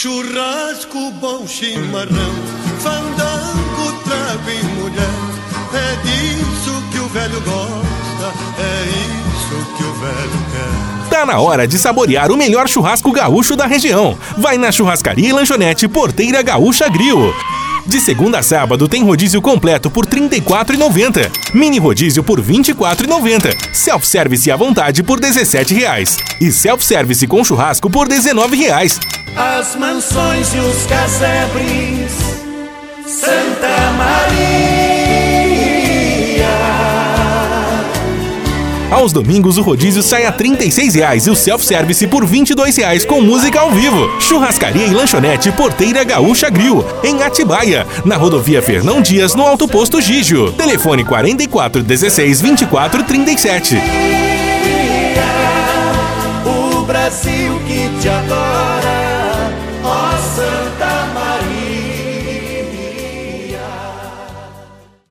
Churrasco, bom chimarrão, fandango, trago e mulher. É disso que o velho gosta, é isso que o velho quer. Tá na hora de saborear o melhor churrasco gaúcho da região. Vai na Churrascaria e Lanchonete Porteira Gaúcha Grill. De segunda a sábado tem rodízio completo por R$ 34,90. Mini rodízio por R$ 24,90. Self-service à vontade por R$ 17,00. E self-service com churrasco por R$ 19,00. As mansões e os casebres, Santa Maria. Aos domingos o rodízio sai a R$ 36,00 e o self-service por R$ 22,00 com música ao vivo. Churrascaria e Lanchonete Porteira Gaúcha Grill, em Atibaia, na rodovia Fernão Dias, no Alto Posto Gígio. Telefone 44 16 24 37. O Brasil que te adora.